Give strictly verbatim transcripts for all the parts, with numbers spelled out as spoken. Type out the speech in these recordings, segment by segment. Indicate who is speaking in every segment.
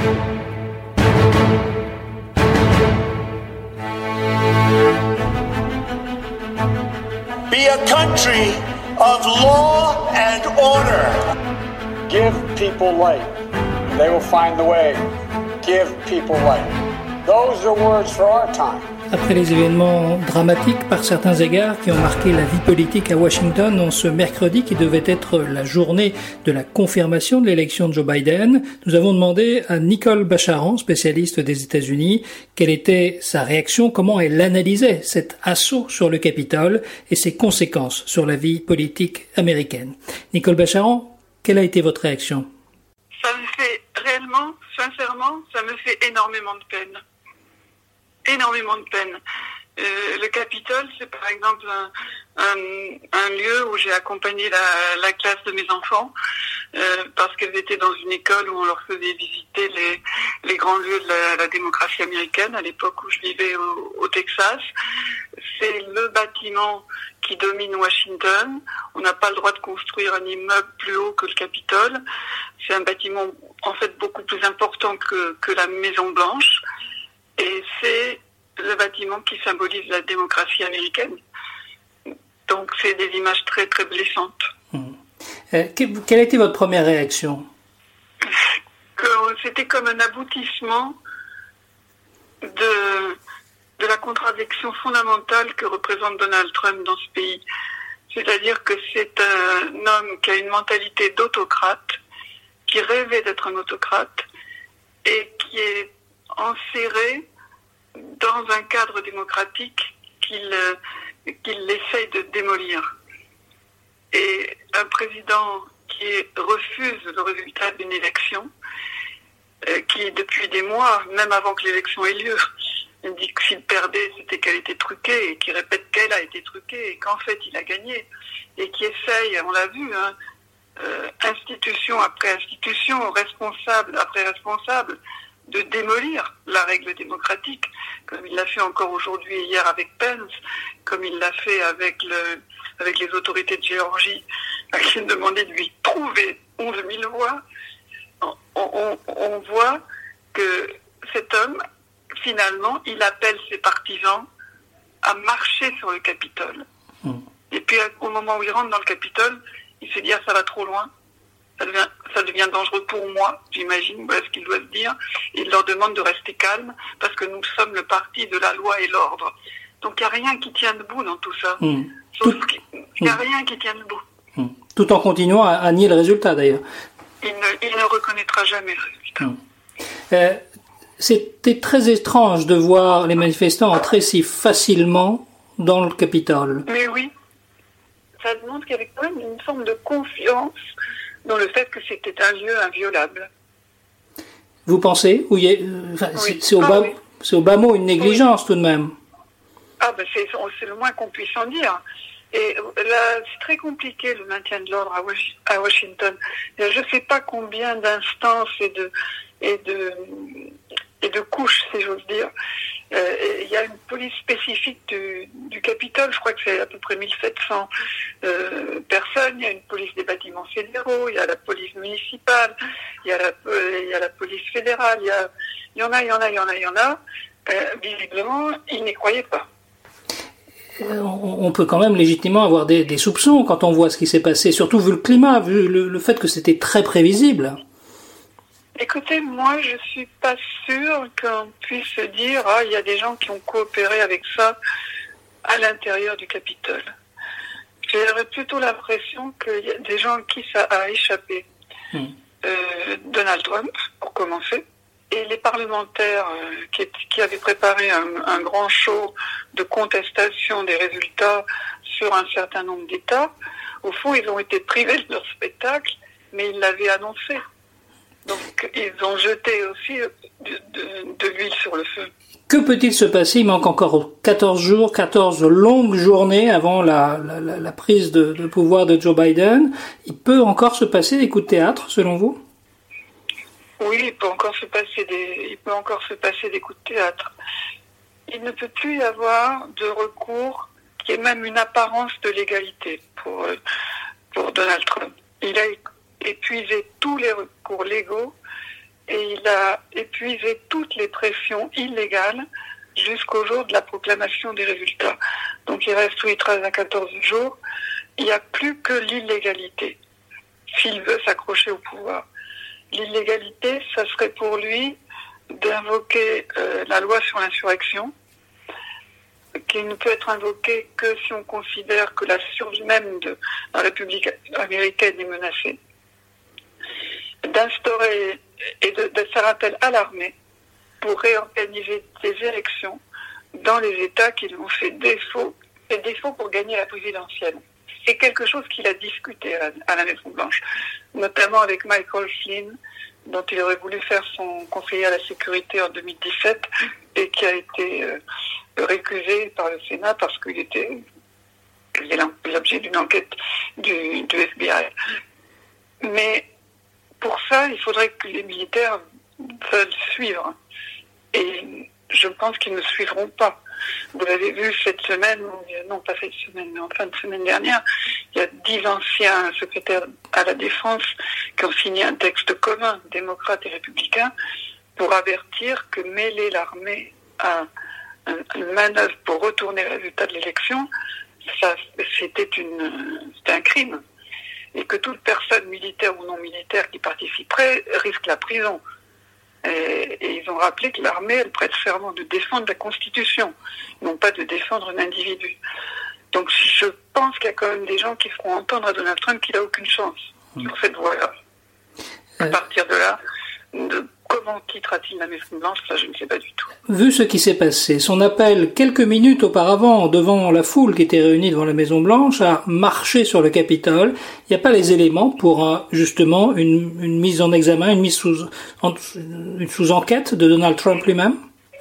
Speaker 1: Be a country of law and order.
Speaker 2: Give people light. They will find the way. Give people light. Those are words for our time.
Speaker 3: Après les événements dramatiques par certains égards qui ont marqué la vie politique à Washington en ce mercredi qui devait être la journée de la confirmation de l'élection de Joe Biden, nous avons demandé à Nicole Bacharan, spécialiste des États-Unis, quelle était sa réaction, comment elle analysait cet assaut sur le Capitole et ses conséquences sur la vie politique américaine. Nicole Bacharan, quelle a été votre réaction?
Speaker 4: Ça me fait réellement, sincèrement, ça me fait énormément de peine. énormément de peine. Euh, le Capitole, c'est par exemple un, un, un lieu où j'ai accompagné la, la classe de mes enfants euh, parce qu'elles étaient dans une école où on leur faisait visiter les, les grands lieux de la, la démocratie américaine à l'époque où je vivais au, au Texas. C'est le bâtiment qui domine Washington. On n'a pas le droit de construire un immeuble plus haut que le Capitole. C'est un bâtiment en fait beaucoup plus important que, que la Maison Blanche. Et c'est le bâtiment qui symbolise la démocratie américaine. Donc c'est des images très très blessantes.
Speaker 3: Mmh. Euh, quelle a été votre première réaction?
Speaker 4: Que c'était comme un aboutissement de, de la contradiction fondamentale que représente Donald Trump dans ce pays. C'est-à-dire que c'est un homme qui a une mentalité d'autocrate, qui rêvait d'être un autocrate et qui est enserré dans un cadre démocratique qu'il euh, qu'il essaye de démolir. Et un président qui refuse le résultat d'une élection, euh, qui depuis des mois, même avant que l'élection ait lieu, il dit que s'il perdait, c'était qu'elle était truquée, et qui répète qu'elle a été truquée, et qu'en fait il a gagné, et qui essaye, on l'a vu, hein, euh, institution après institution, responsable après responsable, de démolir la règle démocratique, comme il l'a fait encore aujourd'hui et hier avec Pence, comme il l'a fait avec, le, avec les autorités de Géorgie, à qui il demandait de lui trouver onze mille voix. On, on, on voit que cet homme, finalement, il appelle ses partisans à marcher sur le Capitole. Mmh. Et puis, au moment où il rentre dans le Capitole, il se dit « ça va trop loin ». Ça devient, ça devient dangereux pour moi, j'imagine, voilà ce qu'il doit se dire. Et il leur demande de rester calme parce que nous sommes le parti de la loi et l'ordre. Donc il n'y a rien qui tient debout dans tout ça. Mmh. Sauf tout... qu'il n'y a mmh. rien qui tient debout.
Speaker 3: Mmh. Tout en continuant à, à nier le résultat d'ailleurs.
Speaker 4: Il ne, il ne reconnaîtra jamais le résultat.
Speaker 3: Mmh. Euh, c'était très étrange de voir les manifestants entrer si facilement dans le Capitole.
Speaker 4: Mais oui, ça demande qu'il y avait quand même une forme de confiance dans le fait que c'était un lieu inviolable.
Speaker 3: Vous pensez ou y a, enfin, oui. c'est, c'est, au ah, bas, oui. c'est au bas mot une négligence oui. tout de même.
Speaker 4: Ah ben c'est, c'est le moins qu'on puisse en dire. Et là, c'est très compliqué le maintien de l'ordre à Washington. Je ne sais pas combien d'instances et de, et de, et de couches, si j'ose dire. Euh, il y a une police spécifique du, du Capitole, je crois que c'est à peu près mille sept cents euh, personnes. Il y a une police des bâtiments fédéraux, il y a la police municipale, il y a la, euh, il y a la police fédérale, il y, a, il y en a, il y en a, il y en a, il y en a. Euh, visiblement, ils n'y croyaient pas.
Speaker 3: On peut quand même légitimement avoir des, des soupçons quand on voit ce qui s'est passé, surtout vu le climat, vu le, le fait que c'était très prévisible.
Speaker 4: Écoutez, moi je suis pas sûre qu'on puisse se dire ah il y a des gens qui ont coopéré avec ça à l'intérieur du Capitole. J'aurais plutôt l'impression qu'il y a des gens à qui ça a échappé. Mmh. Euh, Donald Trump, pour commencer. Et les parlementaires euh, qui, qui avaient préparé un, un grand show de contestation des résultats sur un certain nombre d'États, au fond, ils ont été privés de leur spectacle, mais ils l'avaient annoncé. Donc, ils ont jeté aussi de, de, de l'huile sur le feu.
Speaker 3: Que peut-il se passer? Il manque encore quatorze jours, quatorze longues journées avant la, la, la, la prise de, de pouvoir de Joe Biden. Il peut encore se passer des coups de théâtre, selon vous?
Speaker 4: Oui, il peut encore se passer des, il peut encore se passer des coups de théâtre. Il ne peut plus y avoir de recours qui ait même une apparence de légalité pour, pour Donald Trump. Il a épuisé tous les recours légaux et il a épuisé toutes les pressions illégales jusqu'au jour de la proclamation des résultats. Donc il reste oui, treize à quatorze jours. Il n'y a plus que l'illégalité, s'il veut s'accrocher au pouvoir. L'illégalité, ça serait pour lui d'invoquer euh, la loi sur l'insurrection, qui ne peut être invoquée que si on considère que la survie même de la République américaine est menacée, d'instaurer et de, de faire appel à l'armée pour réorganiser des élections dans les États qui lui ont fait défaut, fait défaut pour gagner la présidentielle. C'est quelque chose qu'il a discuté à la, à la Maison-Blanche, notamment avec Michael Flynn, dont il aurait voulu faire son conseiller à la sécurité en deux mille dix-sept et qui a été euh, récusé par le Sénat parce qu'il était l'objet d'une enquête du, du F B I. Mais pour ça, il faudrait que les militaires veulent suivre. Et je pense qu'ils ne suivront pas. Vous avez vu cette semaine, non pas cette semaine, mais en fin de semaine dernière, il y a dix anciens secrétaires à la Défense qui ont signé un texte commun, démocrates et républicains, pour avertir que mêler l'armée à une manœuvre pour retourner le résultat de l'élection, ça, c'était, une, c'était un crime. Et que toute personne militaire ou non militaire qui participerait risque la prison. Et, et ils ont rappelé que l'armée, elle prête serment de défendre la Constitution, non pas de défendre un individu. Donc je pense qu'il y a quand même des gens qui feront entendre à Donald Trump qu'il n'a aucune chance mmh. sur cette voie-là. À partir de là, de, comment quittera-t-il la Maison-Blanche, ça je ne sais pas du tout.
Speaker 3: Vu ce qui s'est passé, son appel quelques minutes auparavant devant la foule qui était réunie devant la Maison-Blanche à marcher sur le Capitole, il n'y a pas les éléments pour justement une, une mise en examen, une mise sous, en, une sous enquête de Donald Trump lui-même?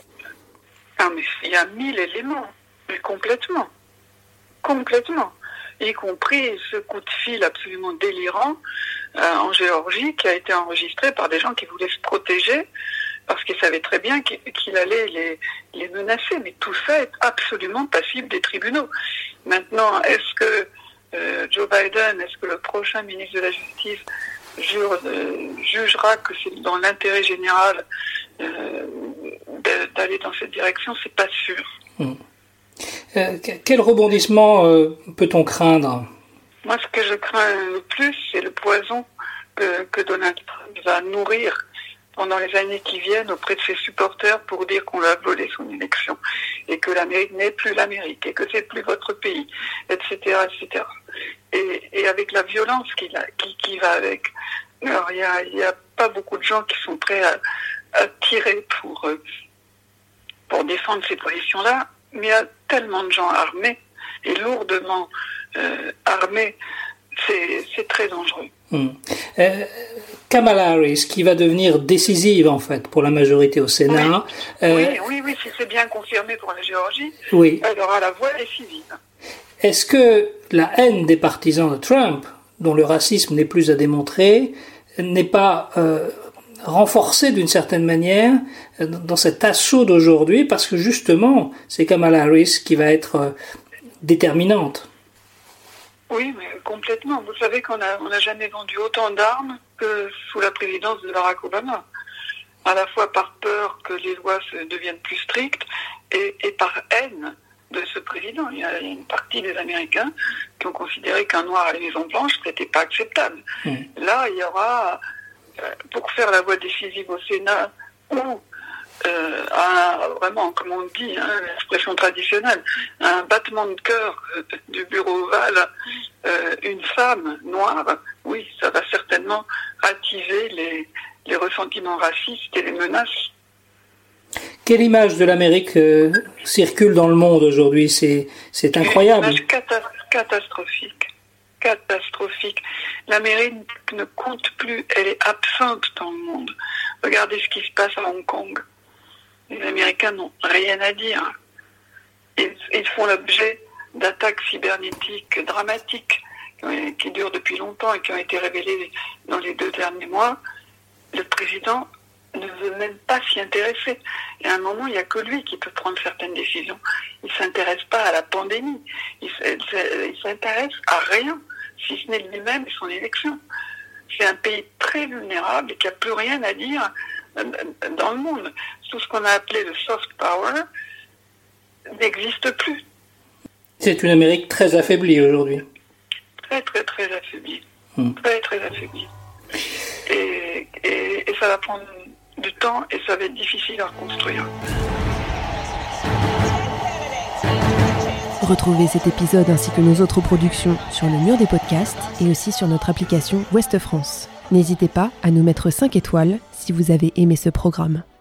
Speaker 4: Ah mais il y a mille éléments, mais complètement, complètement, y compris ce coup de fil absolument délirant euh, en Géorgie qui a été enregistré par des gens qui voulaient se protéger parce qu'ils savaient très bien qu'il, qu'il allait les, les menacer. Mais tout ça est absolument passible des tribunaux. Maintenant, est-ce que euh, Joe Biden, est-ce que le prochain ministre de la Justice jure, euh, jugera que c'est dans l'intérêt général euh, d'aller dans cette direction? C'est pas sûr.
Speaker 3: Mmh. Euh, quel rebondissement euh, peut-on craindre?
Speaker 4: Moi, ce que je crains le plus, c'est le poison que, que Donald Trump va nourrir pendant les années qui viennent auprès de ses supporters pour dire qu'on lui a volé son élection et que l'Amérique n'est plus l'Amérique et que c'est plus votre pays, et cetera, et cetera. Et, et avec la violence qui, a, qui, qui va avec. Alors, il y a, il y a pas beaucoup de gens qui sont prêts à, à tirer pour, pour défendre ces positions-là, mais il y a tellement de gens armés et lourdement euh, armés, c'est, c'est très dangereux.
Speaker 3: Mmh. Euh, Kamala Harris, qui va devenir décisive en fait pour la majorité au Sénat.
Speaker 4: Oui, euh, oui, oui, oui, si c'est bien confirmé pour la Géorgie,
Speaker 3: oui.
Speaker 4: Elle aura la voix décisive.
Speaker 3: Est-ce que la haine des partisans de Trump, dont le racisme n'est plus à démontrer, n'est pas euh, renforcée d'une certaine manière dans cet assaut d'aujourd'hui, parce que justement, c'est Kamala Harris qui va être euh, déterminante?
Speaker 4: Oui, mais complètement. Vous savez qu'on a, on n'a jamais vendu autant d'armes que sous la présidence de Barack Obama. À la fois par peur que les lois se deviennent plus strictes et, et par haine de ce président. Il y a une partie des Américains qui ont considéré qu'un noir à la Maison-Blanche n'était pas acceptable. Mmh. Là, il y aura, pour faire la voix décisive au Sénat, ou Euh, un, vraiment, comme on dit, hein, l'expression traditionnelle, un battement de cœur euh, du bureau ovale, euh, une femme noire, oui, ça va certainement attiser les, les ressentiments racistes et les menaces.
Speaker 3: Quelle image de l'Amérique euh, circule dans le monde aujourd'hui? C'est, c'est incroyable.
Speaker 4: Une image cata- catastrophique. Catastrophique. L'Amérique ne compte plus, elle est absente dans le monde. Regardez ce qui se passe à Hong Kong. Les Américains n'ont rien à dire. Ils, ils font l'objet d'attaques cybernétiques dramatiques qui, qui durent depuis longtemps et qui ont été révélées dans les deux derniers mois. Le président ne veut même pas s'y intéresser. Et à un moment, il n'y a que lui qui peut prendre certaines décisions. Il ne s'intéresse pas à la pandémie. Il ne s'intéresse à rien, si ce n'est lui-même et son élection. C'est un pays très vulnérable et qui n'a plus rien à dire dans le monde. Tout ce qu'on a appelé le soft power n'existe plus.
Speaker 3: C'est une Amérique très affaiblie aujourd'hui.
Speaker 4: Très, très, très affaiblie.
Speaker 3: Hmm.
Speaker 4: Très, très affaiblie. Et, et, et ça va prendre du temps et ça va être difficile à reconstruire.
Speaker 5: Retrouvez cet épisode ainsi que nos autres productions sur le mur des podcasts et aussi sur notre application Ouest France. N'hésitez pas à nous mettre cinq étoiles si vous avez aimé ce programme.